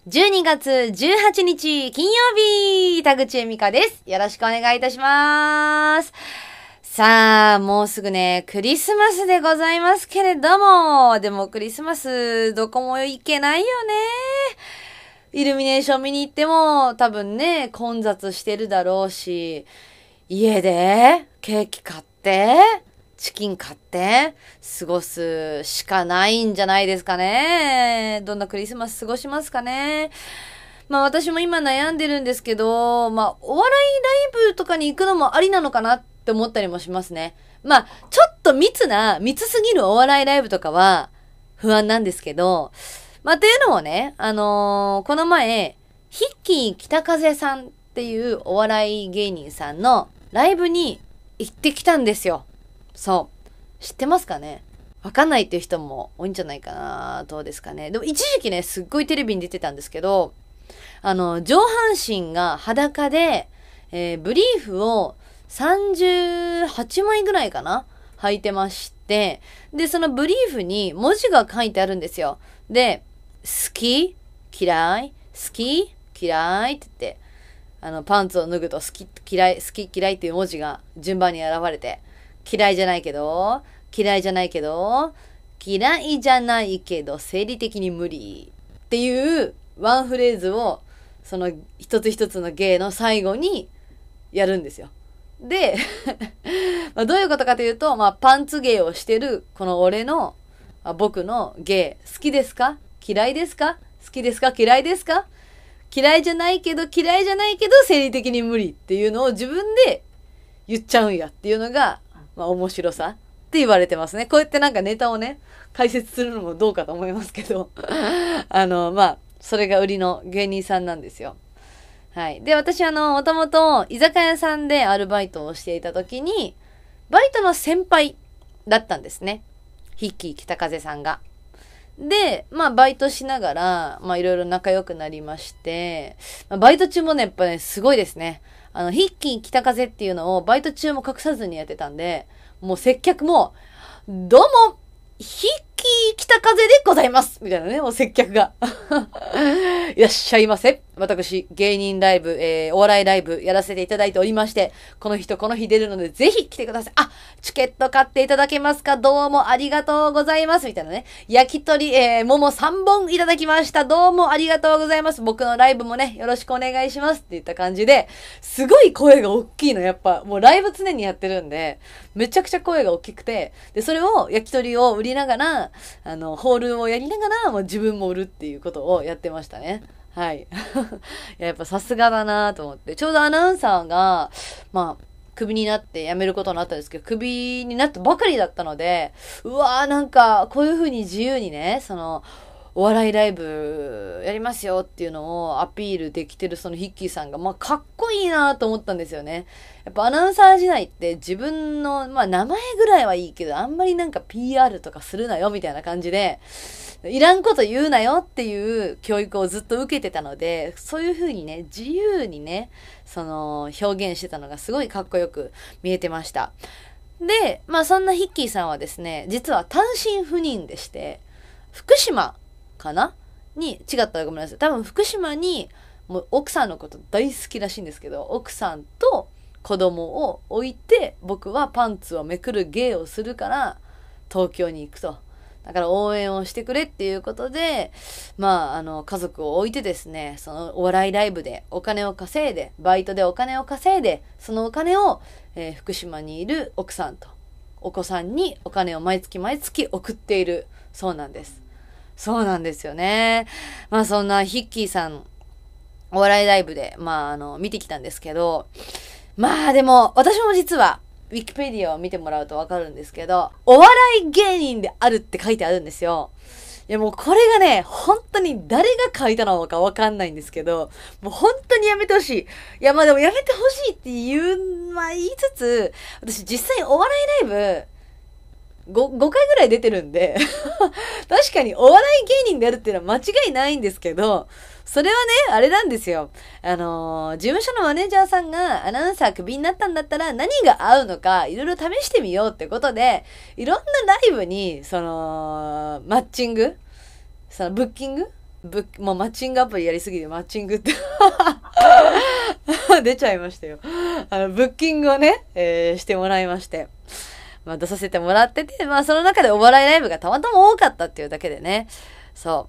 12月18日金曜日、田口恵美香です。よろしくお願いいたします。さあ、もうすぐね、クリスマスでございますけれども、でもクリスマスどこも行けないよね。イルミネーション見に行っても多分ね、混雑してるだろうし、家でケーキ買って、チキン買って過ごすしかないんじゃないですかね。どんなクリスマス過ごしますかね。まあ私も今悩んでるんですけど、まあお笑いライブとかに行くのもありなのかなって思ったりもしますね。まあちょっと密すぎるお笑いライブとかは不安なんですけど、まあというのもね、この前、ヒッキー北風さんっていうお笑い芸人さんのライブに行ってきたんですよ。そう。知ってますかね？わかんないっていう人も多いんじゃないかな。どうですかね。でも一時期ね、すっごいテレビに出てたんですけど、上半身が裸で、ブリーフを38枚ぐらいかな履いてまして、で、そのブリーフに文字が書いてあるんですよ。で、好き嫌い好き嫌いって言って、パンツを脱ぐと好き嫌いっていう文字が順番に現れて、嫌いじゃないけど、嫌いじゃないけど、嫌いじゃないけど、生理的に無理っていうワンフレーズを、その一つ一つの芸の最後にやるんですよ。で、まあどういうことかというと、まあパンツ芸をしてるこの僕の芸、好きですか嫌いですか好きですか嫌いですか嫌いじゃないけど生理的に無理っていうのを自分で言っちゃうんやっていうのが、まあ面白さって言われてますね。こうやってなんかネタをね、解説するのもどうかと思いますけど、まあ、それが売りの芸人さんなんですよ。はい。で、私もともと居酒屋さんでアルバイトをしていた時に、バイトの先輩だったんですね。ヒッキー北風さんが。で、まあ、バイトしながら、まあ、いろいろ仲良くなりまして、まあ、バイト中もね、やっぱね、すごいですね。ヒッキー北風っていうのをバイト中も隠さずにやってたんで、もう接客も、どうも、ヒッキー北風でございますみたいなね、もう接客が。いらっしゃいませ。私、芸人ライブ、お笑いライブやらせていただいておりまして、この日とこの日出るので、ぜひ来てください。あ、チケット買っていただけますか？どうもありがとうございます。みたいなね。焼き鳥、桃3本いただきました。どうもありがとうございます。僕のライブもね、よろしくお願いします。って言った感じで、すごい声が大きいの。やっぱ、もうライブ常にやってるんで、めちゃくちゃ声が大きくて、で、それを焼き鳥を売りながら、ホールをやりながら、もう自分も売るっていうことをやってましたね。はい。やっぱさすがだなと思って。ちょうどアナウンサーが、まあ、クビになって辞めることになったんですけど、クビになったばかりだったので、うわーなんか、こういう風に自由にね、お笑いライブやりますよっていうのをアピールできてるそのヒッキーさんが、まあ、かっこいいなと思ったんですよね。やっぱアナウンサー時代って自分の、まあ、名前ぐらいはいいけど、あんまりなんか PR とかするなよみたいな感じで、いらんこと言うなよっていう教育をずっと受けてたので、そういう風にね、自由にね、表現してたのがすごいかっこよく見えてました。で、まあそんなヒッキーさんはですね、実は単身赴任でして、福島かなに、違ったらごめんなさい。多分福島に、もう奥さんのこと大好きらしいんですけど、奥さんと子供を置いて、僕はパンツをめくる芸をするから、東京に行くと。だから応援をしてくれっていうことで、まあ、家族を置いてですね、そのお笑いライブでお金を稼いで、バイトでお金を稼いで、そのお金を、福島にいる奥さんとお子さんにお金を毎月送っているそうなんです。そうなんですよね。まあそんなヒッキーさん、お笑いライブで、まあ見てきたんですけど、まあでも、私も実は、ウィキペディアを見てもらうとわかるんですけど、お笑い芸人であるって書いてあるんですよ。いやもうこれがね、本当に誰が書いたのかわかんないんですけど、もう本当にやめてほしい。いやまあでもやめてほしいってまあ言いつつ、私実際お笑いライブ5回ぐらい出てるんで、確かにお笑い芸人であるっていうのは間違いないんですけど、それはね、あれなんですよ。事務所のマネージャーさんがアナウンサークビになったんだったら何が合うのかいろいろ試してみようってことで、いろんなライブに、マッチングブッキングもうマッチングアプリやりすぎてマッチングって出ちゃいましたよ。ブッキングをね、してもらいまして。まあ出させてもらってて、まあその中でお笑いライブがたまたま多かったっていうだけでね。そう。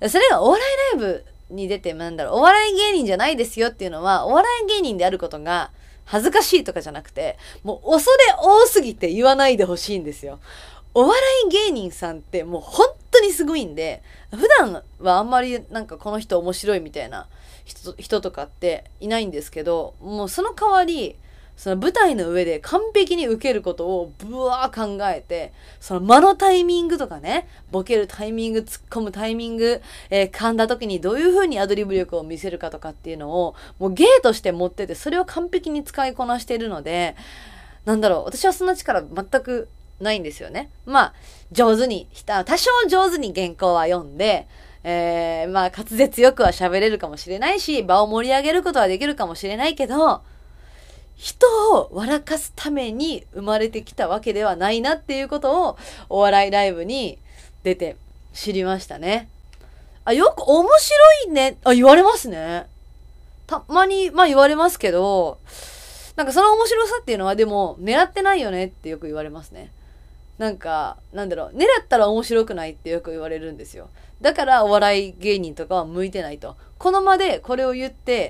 それがお笑いライブに出て、お笑い芸人じゃないですよっていうのは、お笑い芸人であることが恥ずかしいとかじゃなくて、もう恐れ多すぎて言わないでほしいんですよ。お笑い芸人さんってもう本当にすごいんで、普段はあんまりなんかこの人面白いみたいな人とかっていないんですけど、もうその代わり、その舞台の上で完璧に受けることをブワー考えて、その間のタイミングとかね、ボケるタイミング、突っ込むタイミング、噛んだ時にどういう風にアドリブ力を見せるかとかっていうのを、もう芸として持ってて、それを完璧に使いこなしているので、私はそんな力全くないんですよね。まあ、多少上手に原稿は読んで、まあ、滑舌よくは喋れるかもしれないし、場を盛り上げることはできるかもしれないけど、人を笑かすために生まれてきたわけではないなっていうことをお笑いライブに出て知りましたね。よく面白いね。言われますね。たまに、まあ言われますけど、なんかその面白さっていうのはでも狙ってないよねってよく言われますね。狙ったら面白くないってよく言われるんですよ。だからお笑い芸人とかは向いてないと。この場でこれを言って、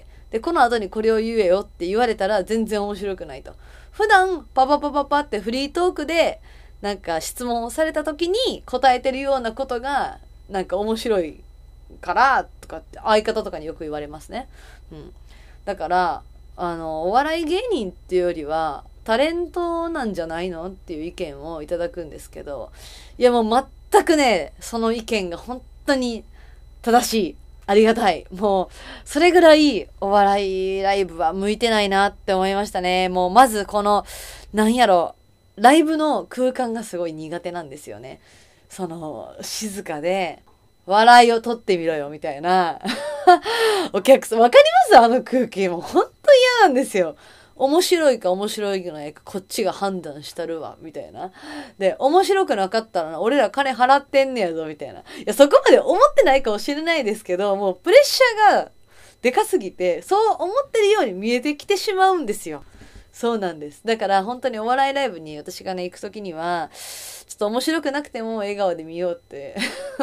で、この後にこれを言えよって言われたら全然面白くないと。普段、パパパパパってフリートークで、なんか質問をされた時に答えてるようなことが、なんか面白いから、とかって相方とかによく言われますね。うん。だから、お笑い芸人っていうよりは、タレントなんじゃないのっていう意見をいただくんですけど、いやもう全くね、その意見が本当に正しい。ありがたい。もう、それぐらいお笑いライブは向いてないなって思いましたね。もうまずこの、ライブの空間がすごい苦手なんですよね。静かで、笑いを取ってみろよ、みたいな。お客さん、わかりますあの空気。もうほんと嫌なんですよ。面白いか面白いくないかこっちが判断したるわ、みたいな。で、面白くなかったら俺ら金払ってんねやぞ、みたいな。いや、そこまで思ってないかもしれないですけど、もうプレッシャーがでかすぎて、そう思ってるように見えてきてしまうんですよ。そうなんです。だから本当にお笑いライブに私がね、行くときには、ちょっと面白くなくても笑顔で見ようって。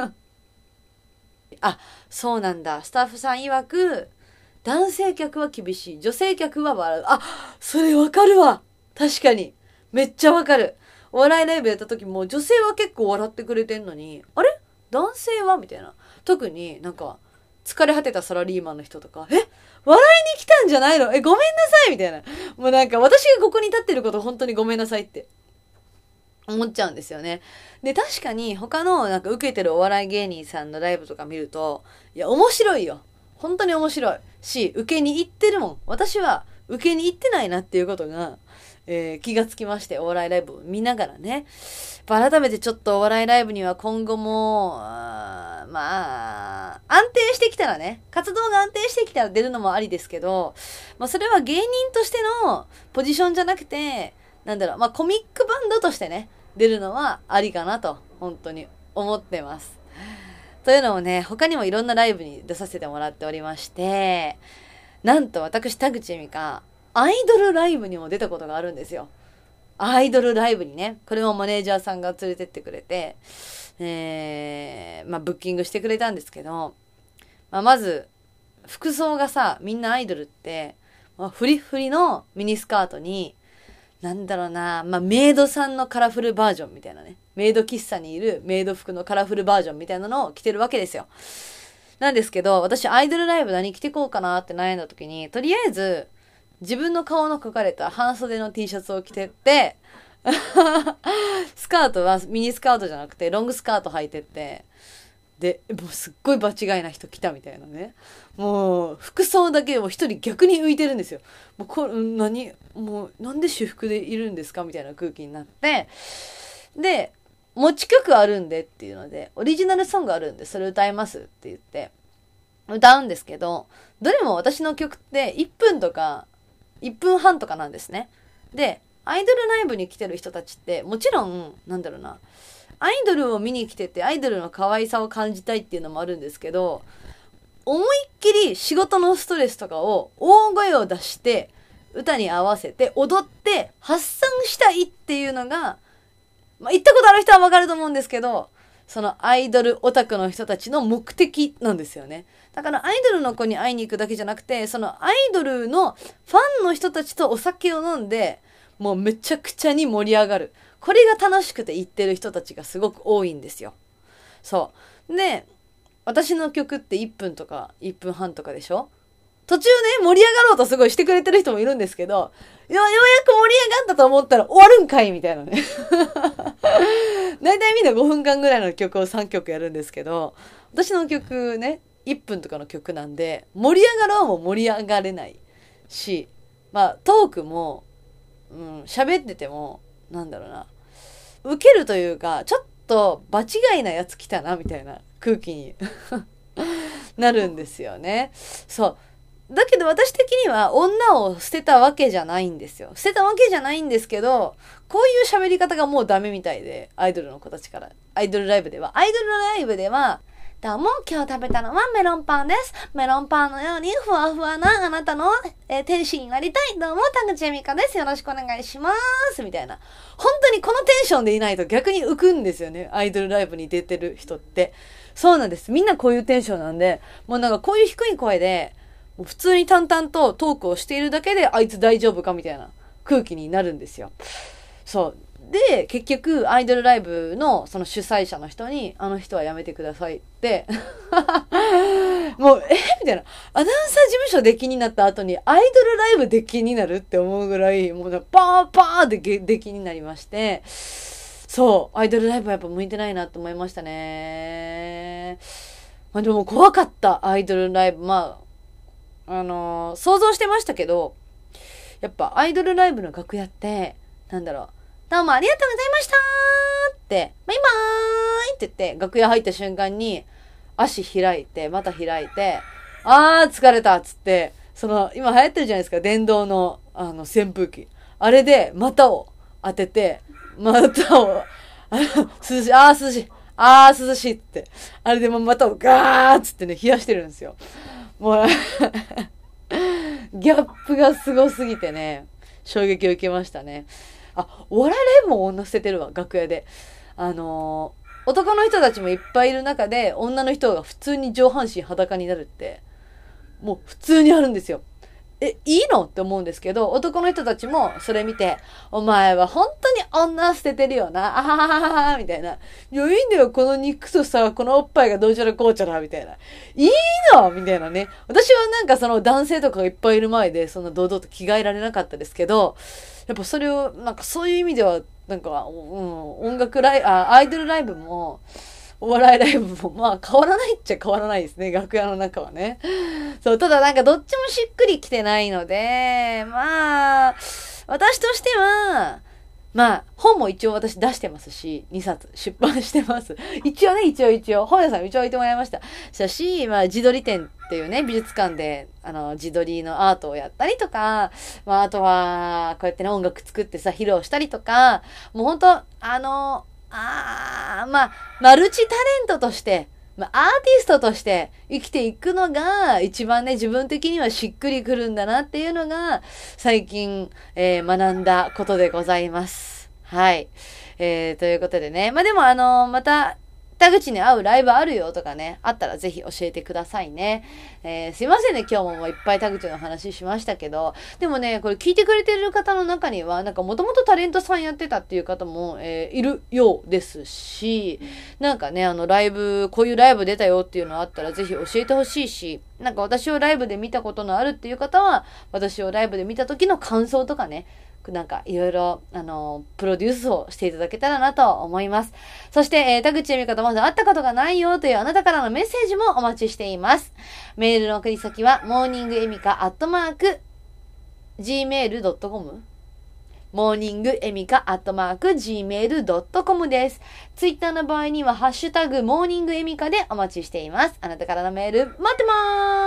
そうなんだ。スタッフさん曰く、男性客は厳しい。女性客は笑う。それわかるわ。確かに。めっちゃわかる。お笑いライブやった時も女性は結構笑ってくれてんのに、あれ男性はみたいな。特になんか、疲れ果てたサラリーマンの人とか、笑いに来たんじゃないのごめんなさいみたいな。もうなんか私がここに立ってること本当にごめんなさいって思っちゃうんですよね。で、確かに他のなんか受けてるお笑い芸人さんのライブとか見ると、いや、面白いよ。本当に面白いし、受けに行ってるもん。私は受けに行ってないなっていうことが、気がつきまして、お笑いライブを見ながらね。改めてちょっとお笑いライブには今後も、安定してきたらね、活動が安定してきたら出るのもありですけど、それは芸人としてのポジションじゃなくて、コミックバンドとしてね、出るのはありかなと、本当に思ってます。というのもね、他にもいろんなライブに出させてもらっておりまして、なんと私、田口恵美香、アイドルライブにも出たことがあるんですよ。アイドルライブにね、これもマネージャーさんが連れてってくれて、ブッキングしてくれたんですけど、まず、服装がさ、みんなアイドルって、フリフリのミニスカートに、メイドさんのカラフルバージョンみたいなね。メイド喫茶にいるメイド服のカラフルバージョンみたいなのを着てるわけですよ。なんですけど、私アイドルライブ何着てこうかなって悩んだ時に、とりあえず自分の顔の描かれた半袖の T シャツを着てって、スカートはミニスカートじゃなくてロングスカート履いてって、で、もうすっごい場違いな人来たみたいなね。もう、服装だけもう一人逆に浮いてるんですよ。もうなんで私服でいるんですかみたいな空気になって。で、持ち曲あるんでっていうので、オリジナルソングあるんで、それ歌いますって言って、歌うんですけど、どれも私の曲って1分とか、1分半とかなんですね。で、アイドルライブに来てる人たちって、もちろん、アイドルを見に来ててアイドルの可愛さを感じたいっていうのもあるんですけど、 思いっきり仕事のストレスとかを大声を出して歌に合わせて踊って発散したいっていうのが、行ったことある人はわかると思うんですけど、そのアイドルオタクの人たちの目的なんですよね。だからアイドルの子に会いに行くだけじゃなくて、そのアイドルのファンの人たちとお酒を飲んで、もうめちゃくちゃに盛り上がる。これが楽しくて行ってる人たちがすごく多いんですよ。そう。で、私の曲って1分とか1分半とかでしょ？途中ね、盛り上がろうとすごいしてくれてる人もいるんですけど、ようやく盛り上がったと思ったら終わるんかいみたいなね。だいたいみんな5分間ぐらいの曲を3曲やるんですけど、私の曲ね、1分とかの曲なんで、盛り上がろうも盛り上がれないし、トークも、喋ってても、なんだろうな、受けるというか、ちょっと場違いなやつ来たな、みたいな空気になるんですよね。そう。だけど私的には女を捨てたわけじゃないんですよ。捨てたわけじゃないんですけど、こういう喋り方がもうダメみたいで、アイドルの子たちから。アイドルライブでは、どうも、今日食べたのはメロンパンです。メロンパンのようにふわふわなあなたの、天使になりたい。どうも、田口恵美香です。よろしくお願いします。みたいな。本当にこのテンションでいないと逆に浮くんですよね。アイドルライブに出てる人って。そうなんです。みんなこういうテンションなんで、もうなんかこういう低い声で、もう普通に淡々とトークをしているだけで、あいつ大丈夫かみたいな空気になるんですよ。そう。で、結局、アイドルライブのその主催者の人に、あの人はやめてくださいって、もう、みたいな。アナウンサー事務所出来になった後に、アイドルライブ出来になるって思うぐらい、もうパーパーって出来になりまして、そう、アイドルライブはやっぱ向いてないなと思いましたね。でも怖かった、アイドルライブ。想像してましたけど、やっぱアイドルライブの楽屋って、なんだろう、どうもありがとうございましたーって、バイバーイって言って、楽屋入った瞬間に、足開いて、また開いて、疲れたっつって、今流行ってるじゃないですか、電動の、扇風機。あれで、股を当てて、涼しい、涼しい、涼しいって、あれでも股をガーッつってね、冷やしてるんですよ。もう、ギャップがすごすぎてね、衝撃を受けましたね。お笑いライブも女捨ててるわ、楽屋で。男の人たちもいっぱいいる中で、女の人が普通に上半身裸になるって、もう普通にあるんですよ。いいのって思うんですけど、男の人たちもそれ見て、お前は本当に女捨ててるよな、あはははは、みたいな。いや、いいんだよ、この肉とさ、このおっぱいがどうちゃらこうちゃら、みたいな。いいのみたいなね。私はなんか男性とかがいっぱいいる前で、そんな堂々と着替えられなかったですけど、やっぱそれを、なんかそういう意味では、なんか、アイドルライブも、お笑いライブも変わらないっちゃ変わらないですね、楽屋の中はね。そう、ただなんかどっちもしっくりきてないので、私としては、本も一応私出してますし、2冊出版してます。一応、本屋さん一応置いてもらいました。したし、自撮り展っていうね、美術館で、自撮りのアートをやったりとか、あとは、こうやってね、音楽作ってさ、披露したりとか、もうほんと、マルチタレントとして、アーティストとして生きていくのが一番ね、自分的にはしっくりくるんだなっていうのが最近、学んだことでございます。はい。ということでね。でもまた、田口に会うライブあるよとかね、あったらぜひ教えてくださいね。すいませんね、今日もいっぱい田口の話しましたけど、でもね、これ聞いてくれてる方の中には、なんかもともとタレントさんやってたっていう方も、いるようですし、なんかね、ライブ、こういうライブ出たよっていうのあったらぜひ教えてほしいし、なんか私をライブで見たことのあるっていう方は、私をライブで見た時の感想とかね、なんかいろいろプロデュースをしていただけたらなと思います。そして、田口恵美香とまだ会ったことがないよというあなたからのメッセージもお待ちしています。メールの送り先は morningemika@gmail.com morningemika@gmail.com です。ツイッターの場合にはハッシュタグモーニングエミカでお待ちしています。あなたからのメール待ってまーす。